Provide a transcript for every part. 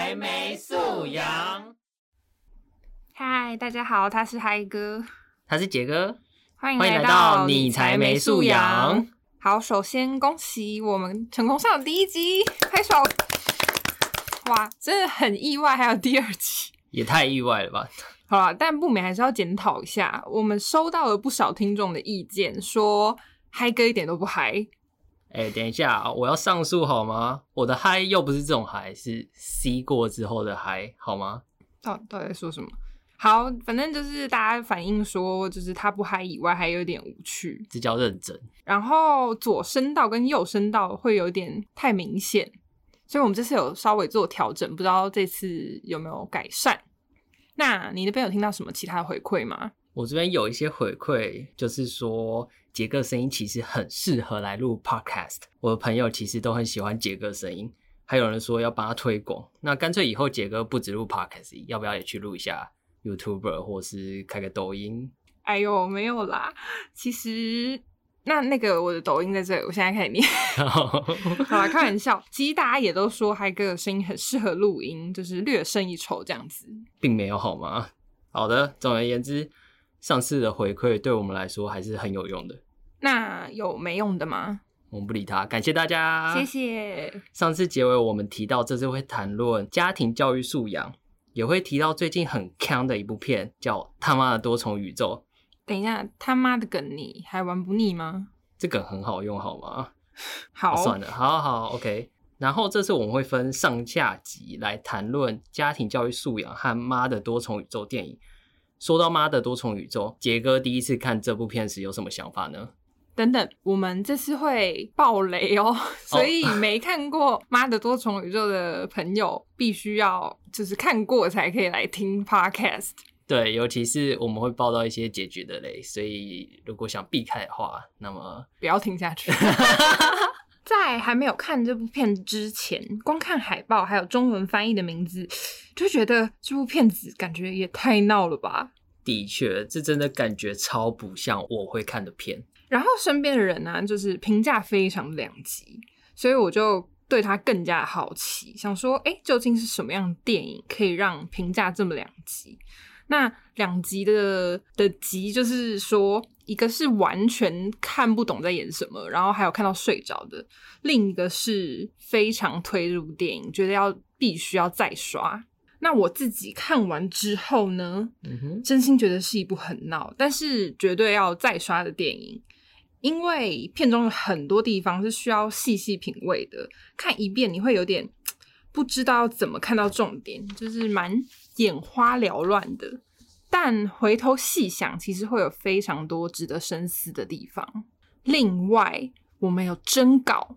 才没素养。 嗨，大家好，他是嗨哥， 他是杰哥， 欢迎来到你才没素养。 好，首先恭喜我们成功上了第1集，拍手！哇，真的很意外，还有第2集， 也太意外了吧！ 好啦，但不免还是要检讨一下，我们收到了不少听众的意见，说嗨哥一点都不嗨。 等一下，我要上诉好吗？我的嗨又不是这种嗨，是 C 过之后的嗨，好吗？ 到底在说什么？好，反正就是大家反映说，就是他不嗨以外，还有点无趣， 这叫认真。 然后左声道跟右声道会有点太明显，所以我们这次有稍微做调整，不知道这次有没有改善。那你那边有听到什么其他的回馈吗？ 我这边有一些回馈，就是说杰哥声音其实很适合来录 podcast， 我的朋友其实都很喜欢杰哥声音，还有人说要帮他推广，那干脆以后杰哥不只录 podcast， 要不要也去录一下 YouTuber 或是开个抖音？ 哎呦，没有啦，其实那个我的抖音在这里，我现在开始念。好啦，开玩笑，其实大家也都说嗨哥的声音很适合录音，就是略胜一筹这样子， 并没有好吗？好的，总而言之，上次的回馈对我们来说还是很有用的。 那有没用的吗？ 我们不理他，感谢大家， 谢谢。 上次结尾我们提到这次会谈论家庭教育素养，也会提到最近很鏘的一部片叫《他妈的多重宇宙》。 等一下，他妈的梗你还玩不腻吗？ 这梗很好用好吗？ 好， 算了，好 OK。然后这次我们会分上下集来谈论家庭教育素养和妈的多重宇宙电影。说到妈的多重宇宙，杰哥第一次看这部片时有什么想法呢？ 等等，我们这次会爆雷哦，所以没看过妈的多重宇宙的朋友必须要就是看过才可以来听 podcast。 对，尤其是我们会爆到一些结局的雷，所以如果想避开的话，那么不要听下去。在还没有看这部片之前，光看海报还有中文翻译的名字，就觉得这部片子感觉也太闹了吧。 的确，这真的感觉超不像我会看的片。 然后身边的人呢，就是评价非常两极，所以我就对他更加好奇，想说，究竟是什么样的电影可以让评价这么两极？那两极的极就是说，一个是完全看不懂在演什么，然后还有看到睡着的；另一个是非常推入电影，觉得必须要再刷。那我自己看完之后呢，真心觉得是一部很闹，但是绝对要再刷的电影。因为片中有很多地方是需要细细品味的，看一遍你会有点不知道要怎么看到重点，就是蛮眼花缭乱的。但回头细想，其实会有非常多值得深思的地方。另外，我们有征稿，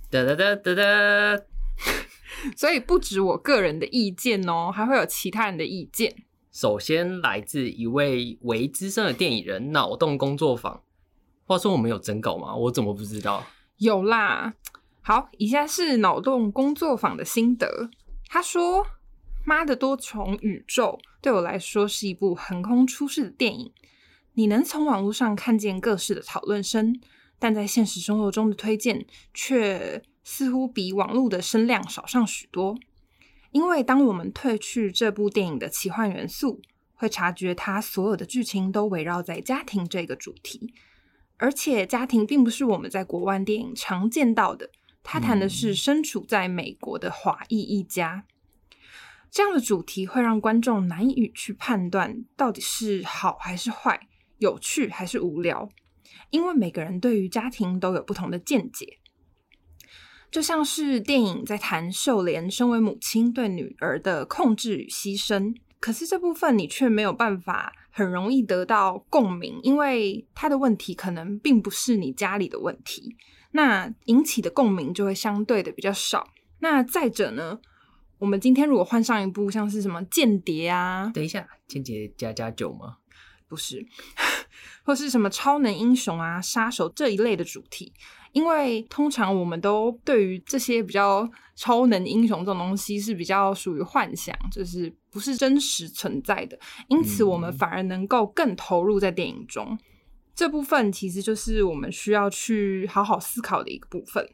所以不止我个人的意见哦，还会有其他人的意见。 首先来自一位为资深的电影人脑洞工作坊。话说我们有征稿吗？我怎么不知道？ 有啦。好，以下是脑洞工作坊的心得。他说，妈的多重宇宙对我来说是一部横空出世的电影。你能从网络上看见各式的讨论声，但在现实生活中的推荐却似乎比网络的声量少上许多。因为当我们褪去这部电影的奇幻元素，会察觉它所有的剧情都围绕在家庭这个主题。而且家庭并不是我们在国外电影常见到的，它谈的是身处在美国的华裔一家。这样的主题会让观众难以去判断到底是好还是坏，有趣还是无聊，因为每个人对于家庭都有不同的见解。就像是电影在谈秀莲身为母亲对女儿的控制与牺牲，可是这部分你却没有办法很容易得到共鸣，因为他的问题可能并不是你家里的问题，那引起的共鸣就会相对的比较少。那再者呢，我们今天如果换上一部像是什么间谍啊， 等一下，间谍++9吗？ 不是，或是什么超能英雄啊、杀手这一类的主题，因为通常我们都对于这些比较超能英雄这种东西是比较属于幻想，就是不是真实存在的，因此我们反而能够更投入在电影中。这部分其实就是我们需要去好好思考的一个部分。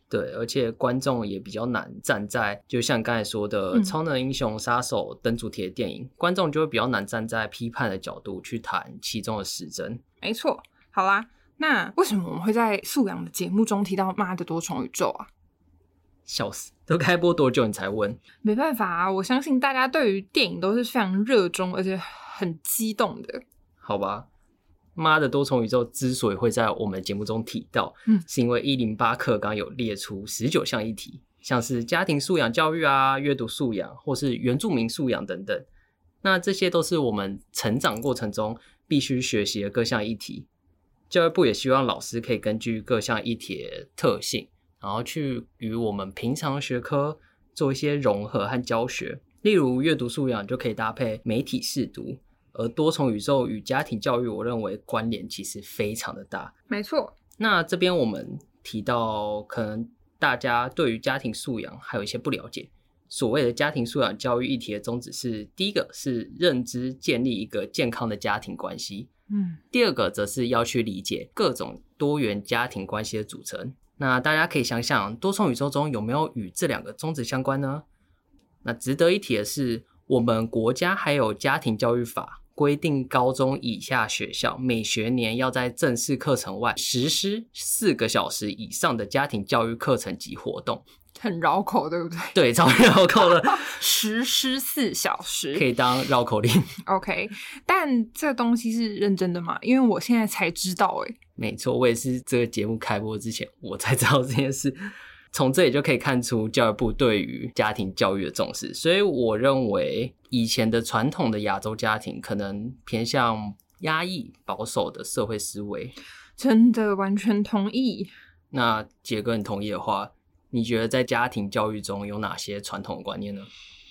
对，而且观众也比较难站在，就像刚才说的超能英雄、杀手等主题的电影，观众就会比较难站在批判的角度去谈其中的时针。 没错。好啦，那为什么我们会在素养的节目中提到妈的多重宇宙啊？ 笑死，都开播多久你才问？ 没办法啊，我相信大家对于电影都是非常热衷而且很激动的。 好吧，妈的多重宇宙之所以会在我们节目中提到，是因为108课纲有列出19项议题，像是家庭素养教育啊、阅读素养或是原住民素养等等。那这些都是我们成长过程中必须学习的各项议题。教育部也希望老师可以根据各项议题的特性，然后去与我们平常学科做一些融合和教学。例如阅读素养就可以搭配媒体识读，而多重宇宙与家庭教育我认为关联其实非常的大。 没错。 那这边我们提到可能大家对于家庭素养还有一些不了解，所谓的家庭素养教育议题的宗旨是，第一个是认知建立一个健康的家庭关系，第二个则是要去理解各种多元家庭关系的组成。那大家可以想想，多重宇宙中有没有与这两个宗旨相关呢？那值得一提的是，我们国家还有家庭教育法规定，高中以下学校每学年要在正式课程外实施4个小时以上的家庭教育课程及活动。 很绕口，对不对？ 对，超绕口的。 实施4小时可以当绕口令。 OK， 但这东西是认真的吗？因为我现在才知道欸。 没错，我也是这个节目开播之前我才知道这件事。从这里就可以看出教育部对于家庭教育的重视，所以我认为以前的传统的亚洲家庭可能偏向压抑保守的社会思维。 真的完全同意。 那杰哥你同意的话，你觉得在家庭教育中有哪些传统的观念呢？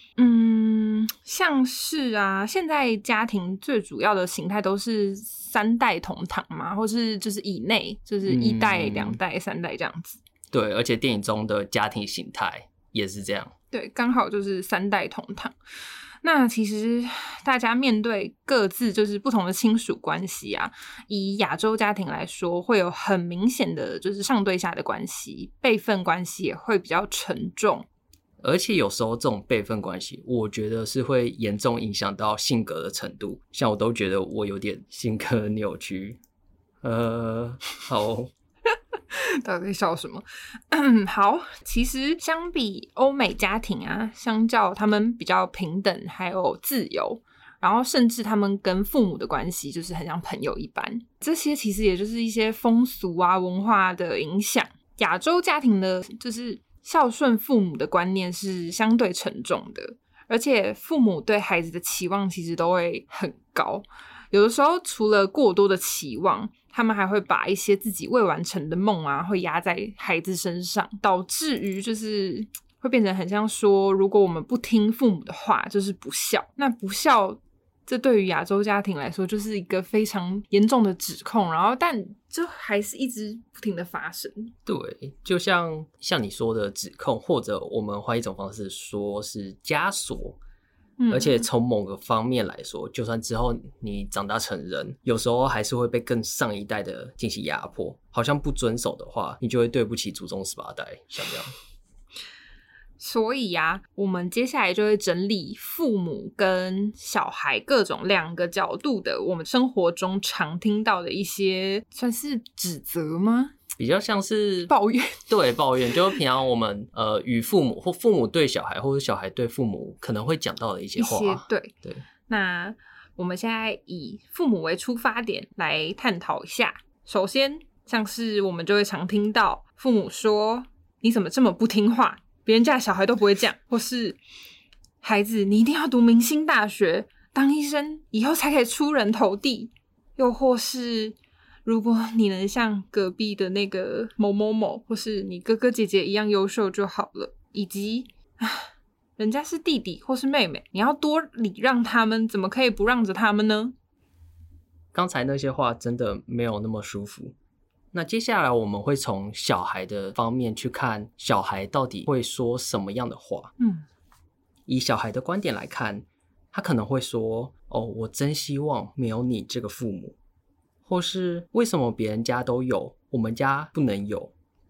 像是啊，现在家庭最主要的形态都是3代同堂嘛，或是就是以内，就是1代、2代、3代这样子。 对，而且电影中的家庭形态也是这样。 对，刚好就是3代同堂。那其实大家面对各自就是不同的亲属关系啊，以亚洲家庭来说，会有很明显的就是上对下的关系，辈分关系也会比较沉重。 而且有时候这种辈分关系，我觉得是会严重影响到性格的程度。像我都觉得我有点性格扭曲。好。 到底笑什么？好，其实相比欧美家庭啊，相较他们比较平等，还有自由，然后甚至他们跟父母的关系就是很像朋友一般。这些其实也就是一些风俗啊、文化的影响。亚洲家庭的就是孝顺父母的观念是相对沉重的，而且父母对孩子的期望其实都会很高。有的时候除了过多的期望，他们还会把一些自己未完成的梦啊，会压在孩子身上，导致于就是会变成很像说，如果我们不听父母的话，就是不孝。那不孝，这对于亚洲家庭来说，就是一个非常严重的指控，然后但就还是一直不停的发生。 对，就像你说的指控，或者我们换一种方式说是枷锁。而且从某个方面来说，就算之后你长大成人，有时候还是会被更上一代的进行压迫，好像不遵守的话，你就会对不起祖宗18代，像这样。 所以啊，我们接下来就会整理父母跟小孩各种2个角度的我们生活中常听到的一些算是指责吗？ 比较像是抱怨。 对，抱怨就是平常我们与父母或父母对小孩，或者小孩对父母可能会讲到的一些话。 对。 那我们现在以父母为出发点来探讨一下。首先像是我们就会常听到父母说，你怎么这么不听话，别人家的小孩都不会这样，或是孩子你一定要读明星大学当医生，以后才可以出人头地，又或是如果你能像隔壁的那个某某某，或是你哥哥姐姐一样优秀就好了，以及人家是弟弟或是妹妹，你要多礼让他们，怎么可以不让着他们呢？ 刚才那些话真的没有那么舒服。那接下来我们会从小孩的方面去看小孩到底会说什么样的话。以小孩的观点来看，他可能会说，我真希望没有你这个父母，或是为什么别人家都有我们家不能有，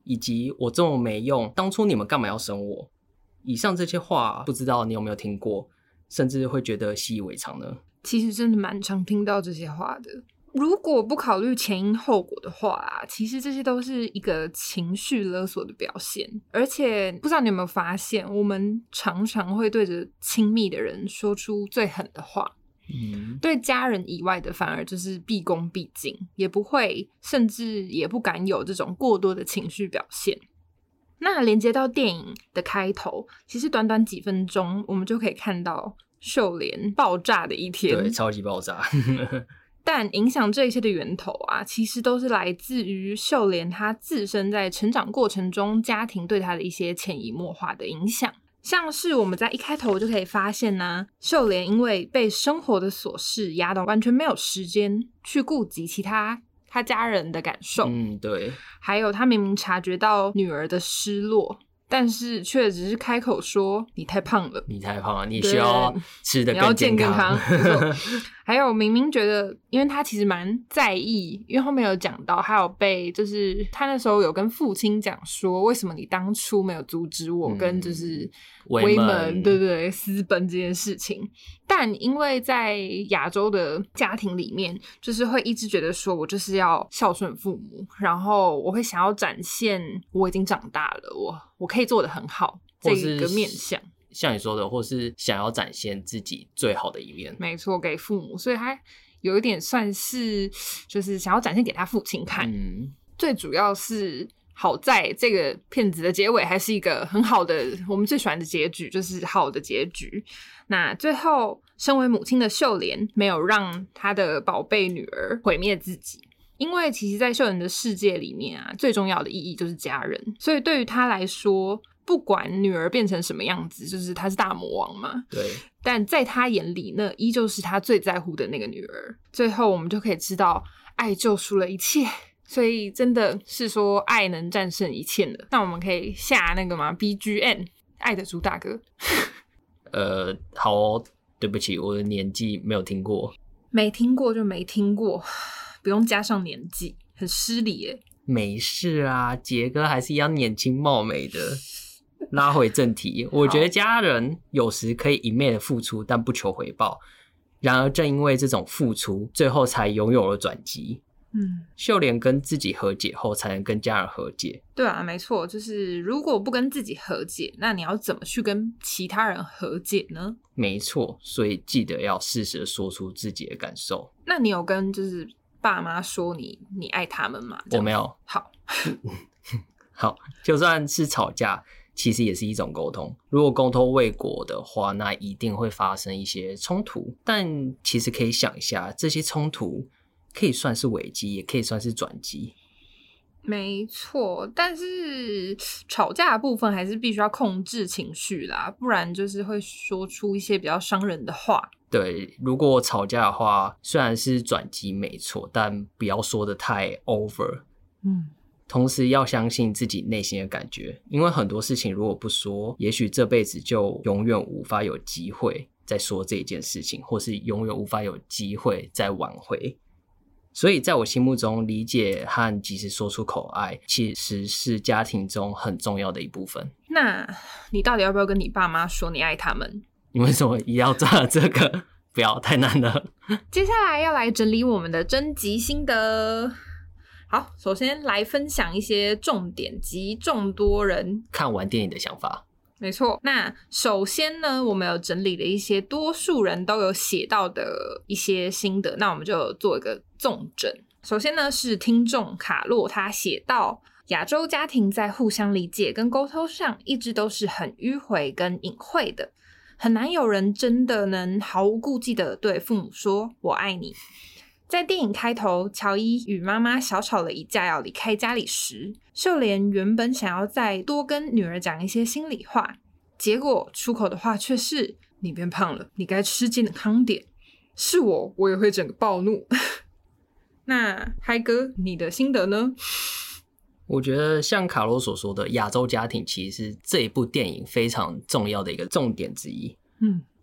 以及我这么没用，当初你们干嘛要生我？以上这些话，不知道你有没有听过，甚至会觉得习以为常呢？ 其实真的蛮常听到这些话的。如果不考虑前因后果的话啊，其实这些都是一个情绪勒索的表现。而且不知道你有没有发现，我们常常会对着亲密的人说出最狠的话，对家人以外的反而就是毕恭毕敬，也不会，甚至也不敢有这种过多的情绪表现。那连接到电影的开头，其实短短几分钟，我们就可以看到秀莲爆炸的一天， 对，超级爆炸。 但影响这一切的源头啊，其实都是来自于秀莲她自身在成长过程中家庭对她的一些潜移默化的影响。像是我们在一开头就可以发现呢，秀莲因为被生活的琐事压到完全没有时间去顾及其他她家人的感受。 对。 还有她明明察觉到女儿的失落，但是却只是开口说你太胖了， 你太胖了，你需要吃得更健康。 还有明明觉得，因为他其实蛮在意，因为后面有讲到，还有被就是他那时候有跟父亲讲说，为什么你当初没有阻止我跟就是威门对对私奔这件事情。但因为在亚洲的家庭里面，就是会一直觉得说我就是要孝顺父母，然后我会想要展现我已经长大了，我可以做得很好这个面向。 像你说的，或是想要展现自己最好的一面， 没错，给父母，所以他有一点算是就是想要展现给他父亲看。最主要是好在这个片子的结尾还是一个很好的，我们最喜欢的结局，就是好的结局。那最后，身为母亲的秀莲没有让她的宝贝女儿毁灭自己。因为其实在秀莲的世界里面啊，最重要的意义就是家人，所以对于她来说，不管女儿变成什么样子，就是她是大魔王嘛， 对， 但在她眼里，那依旧是她最在乎的那个女儿。最后我们就可以知道，爱救赎了一切，所以真的是说爱能战胜一切的。那我们可以下那个吗 BGM 爱的主打歌。 好哦，对不起，我的年纪没有听过， 没听过就没听过，不用加上年纪，很失礼耶。 没事啊，杰哥还是一样年轻貌美的。拉回正题，我觉得家人有时可以一昧的付出，但不求回报。然而正因为这种付出，最后才拥有了转机。秀莲跟自己和解后，才能跟家人和解。 对啊，没错，就是如果不跟自己和解，那你要怎么去跟其他人和解呢？ 没错，所以记得要适时的说出自己的感受。 那你有跟就是爸妈说你爱他们吗？ 我没有。 好好，就算是吵架，其实也是一种沟通。如果沟通未果的话，那一定会发生一些冲突。但其实可以想一下，这些冲突可以算是危机，也可以算是转机。 没错，但是吵架的部分还是必须要控制情绪啦，不然就是会说出一些比较伤人的话。 对，如果吵架的话，虽然是转机没错，但不要说的太 over。同时要相信自己内心的感觉，因为很多事情如果不说，也许这辈子就永远无法有机会再说这件事情，或是永远无法有机会再挽回。所以在我心目中，理解和及时说出口爱，其实是家庭中很重要的一部分。 那你到底要不要跟你爸妈说你爱他们？ 你为什么一定要抓这个？不要，太难了。 接下来要来整理我们的征集心得。好，首先来分享一些重点及众多人看完电影的想法。 没错，那首先呢，我们有整理了一些多数人都有写到的一些心得，那我们就做一个纵整。首先呢，是听众卡洛，他写到亚洲家庭在互相理解跟沟通上一直都是很迂回跟隐晦的，很难有人真的能毫无顾忌的对父母说我爱你。在电影开头，乔伊与妈妈小吵了一架要离开家里时，秀莲原本想要再多跟女儿讲一些心里话，结果出口的话却是你变胖了，你该吃健康点。是我也会整个暴怒。那嗨哥，你的心得呢？ 我觉得像卡洛所说的，亚洲家庭其实是这一部电影非常重要的一个重点之一。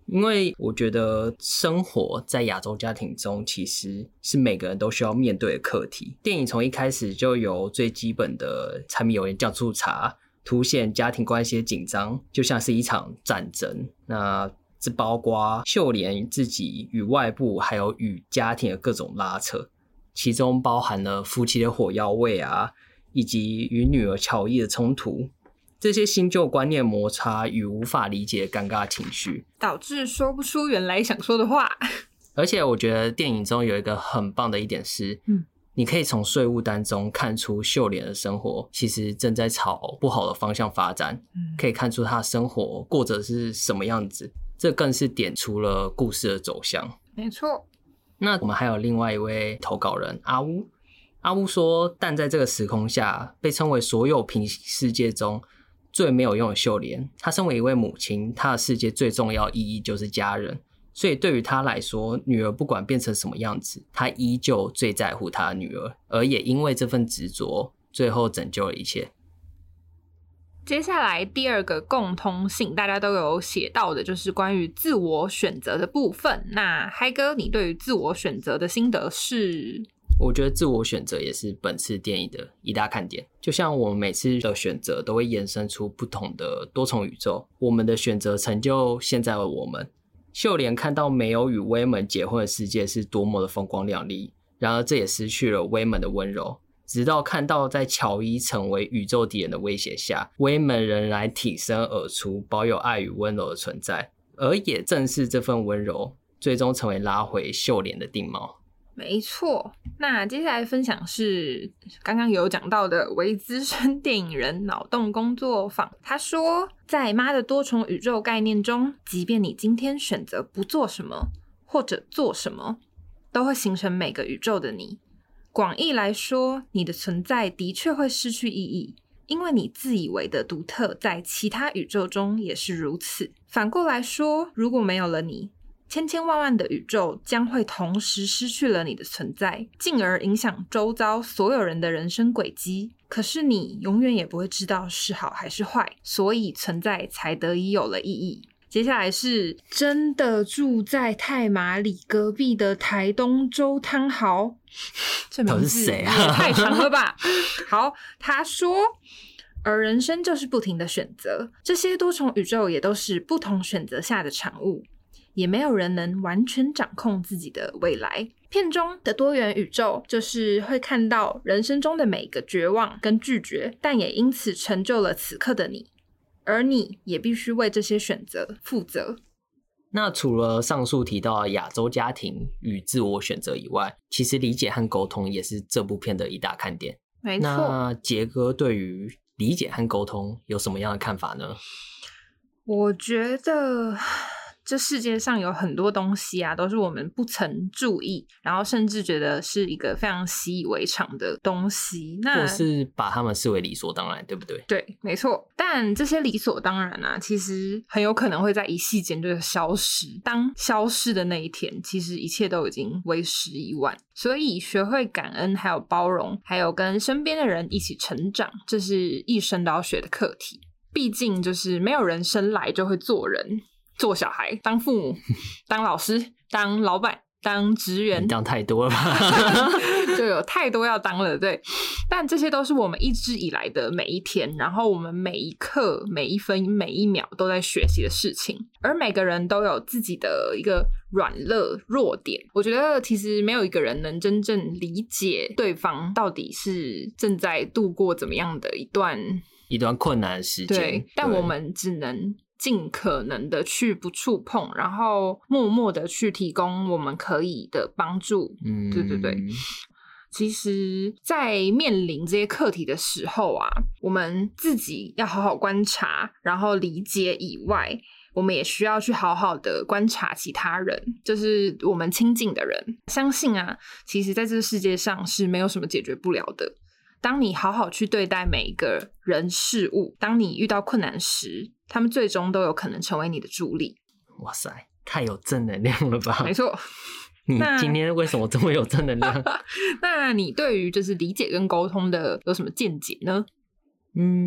因为我觉得生活在亚洲家庭中其实是每个人都需要面对的课题。电影从一开始就有最基本的柴米油盐酱醋茶，凸显家庭关系的紧张，就像是一场战争。那这包括秀莲自己与外部还有与家庭的各种拉扯，其中包含了夫妻的火药味啊，以及与女儿乔伊的冲突，这些新旧观念摩擦与无法理解的尴尬情绪， 导致说不出原来想说的话。 而且我觉得电影中有一个很棒的一点是，你可以从税务单中看出秀莲的生活其实正在朝不好的方向发展，可以看出她的生活过着是什么样子，这更是点出了故事的走向。 没错。 那我们还有另外一位投稿人阿乌，阿乌说，但在这个时空下，被称为所有平行世界中最没有用的秀莲，她身为一位母亲，她的世界最重要意义就是家人，所以对于她来说，女儿不管变成什么样子，她依旧最在乎她的女儿，而也因为这份执着，最后拯救了一切。 接下来第二个共通性大家都有写到的就是关于自我选择的部分。那嗨哥，你对于自我选择的心得是？ 我觉得自我选择也是本次电影的一大看点，就像我们每次的选择都会衍生出不同的多重宇宙，我们的选择成就现在的我们。秀莲看到没有与威门结婚的世界是多么的风光亮丽，然而这也失去了威门的温柔，直到看到在乔伊成为宇宙敌人的威胁下，威门仍然挺身而出，保有爱与温柔的存在，而也正是这份温柔最终成为拉回秀莲的定锚。 没错。那接下来分享是刚刚有讲到的微资深电影人脑洞工作坊。他说，在妈的多重宇宙概念中，即便你今天选择不做什么或者做什么，都会形成每个宇宙的你。广义来说，你的存在的确会失去意义，因为你自以为的独特在其他宇宙中也是如此。反过来说，如果没有了你，千千万万的宇宙将会同时失去了你的存在，进而影响周遭所有人的人生轨迹。可是你永远也不会知道是好还是坏，所以存在才得以有了意义。接下来是真的住在太麻里隔壁的台东周汤豪，这名字也太长了吧？好，他说，而人生就是不停的选择，这些多重宇宙也都是不同选择下的产物，也没有人能完全掌控自己的未来。片中的多元宇宙就是会看到人生中的每个绝望跟拒绝，但也因此成就了此刻的你，而你也必须为这些选择负责。 那除了上述提到的亚洲家庭与自我选择以外，其实理解和沟通也是这部片的一大看点。 没错。 那杰哥对于理解和沟通有什么样的看法呢？ 我觉得这世界上有很多东西啊，都是我们不曾注意，然后甚至觉得是一个非常习以为常的东西，那或是把他们视为理所当然，对不对？ 对，没错。但这些理所当然啊，其实很有可能会在一夕间就消失。当消失的那一天，其实一切都已经为时已晚。所以学会感恩，还有包容，还有跟身边的人一起成长，这是一生都要学的课题。毕竟就是没有人生来就会做人。做小孩，当父母，当老师，当老板，当职员， 你当太多了吧就有太多要当了，对。但这些都是我们一直以来的每一天，然后我们每一刻、每一分、每一秒都在学习的事情，而每个人都有自己的一个软弱弱点。我觉得其实没有一个人能真正理解对方到底是正在度过怎么样的一段困难的时间， 对，但我们只能尽可能的去不触碰，然后默默的去提供我们可以的帮助。对对对。其实在面临这些课题的时候啊，我们自己要好好观察，然后理解以外，我们也需要去好好的观察其他人，就是我们亲近的人。相信啊，其实在这个世界上是没有什么解决不了的。当你好好去对待每一个人事物，当你遇到困难时，他们最终都有可能成为你的助力。 哇塞，太有正能量了吧？ 没错。 你今天为什么这么有正能量？ 那你对于就是理解跟沟通的有什么见解呢？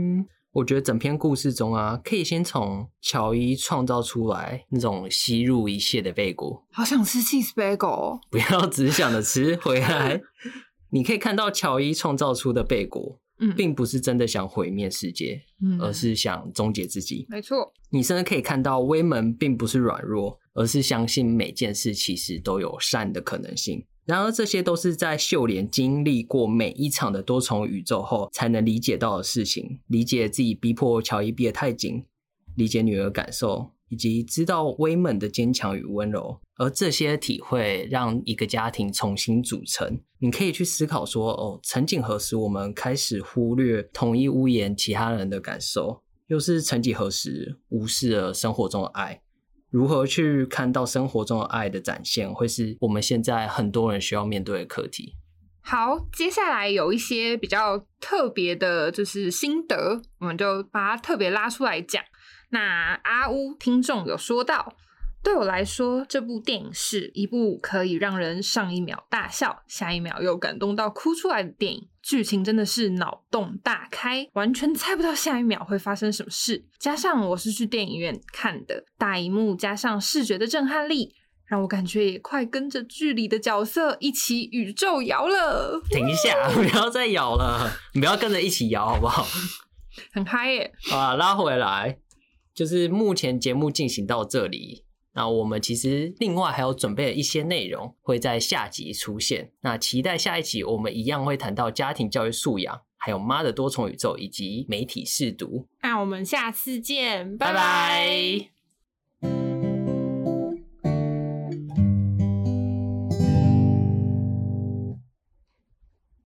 我觉得整篇故事中啊，可以先从乔伊创造出来那种吸入一切的贝果。 好想吃 cheese bagel 哦。 不要只想着吃，回来你可以看到乔伊创造出的贝果，并不是真的想毁灭世界，而是想终结自己。 没错， 你甚至可以看到威门并不是软弱，而是相信每件事其实都有善的可能性。然而这些都是在秀莲经历过每一场的多重宇宙后才能理解到的事情，理解自己逼迫乔伊逼得太紧，理解女儿感受，以及知道威门的坚强与温柔。而这些体会让一个家庭重新组成。你可以去思考说，曾几何时我们开始忽略同一屋檐其他人的感受，又是曾几何时无视了生活中的爱。如何去看到生活中的爱的展现，会是我们现在很多人需要面对的课题。 好，接下来有一些比较特别的就是心得，我们就把它特别拉出来讲。那阿乌听众有说到，对我来说这部电影是一部可以让人上一秒大笑，下一秒又感动到哭出来的电影。剧情真的是脑洞大开，完全猜不到下一秒会发生什么事。加上我是去电影院看的，大荧幕加上视觉的震撼力，让我感觉也快跟着剧里的角色一起宇宙摇了。 停一下，不要再摇了，你不要跟着一起摇好不好？ 很嗨耶！ 好啦，拉回来，就是目前节目进行到这里，那我们其实另外还有准备了一些内容会在下集出现，那期待下一集我们一样会谈到家庭教育素养，还有妈的多重宇宙以及媒体识读。 那我们下次见， 拜拜。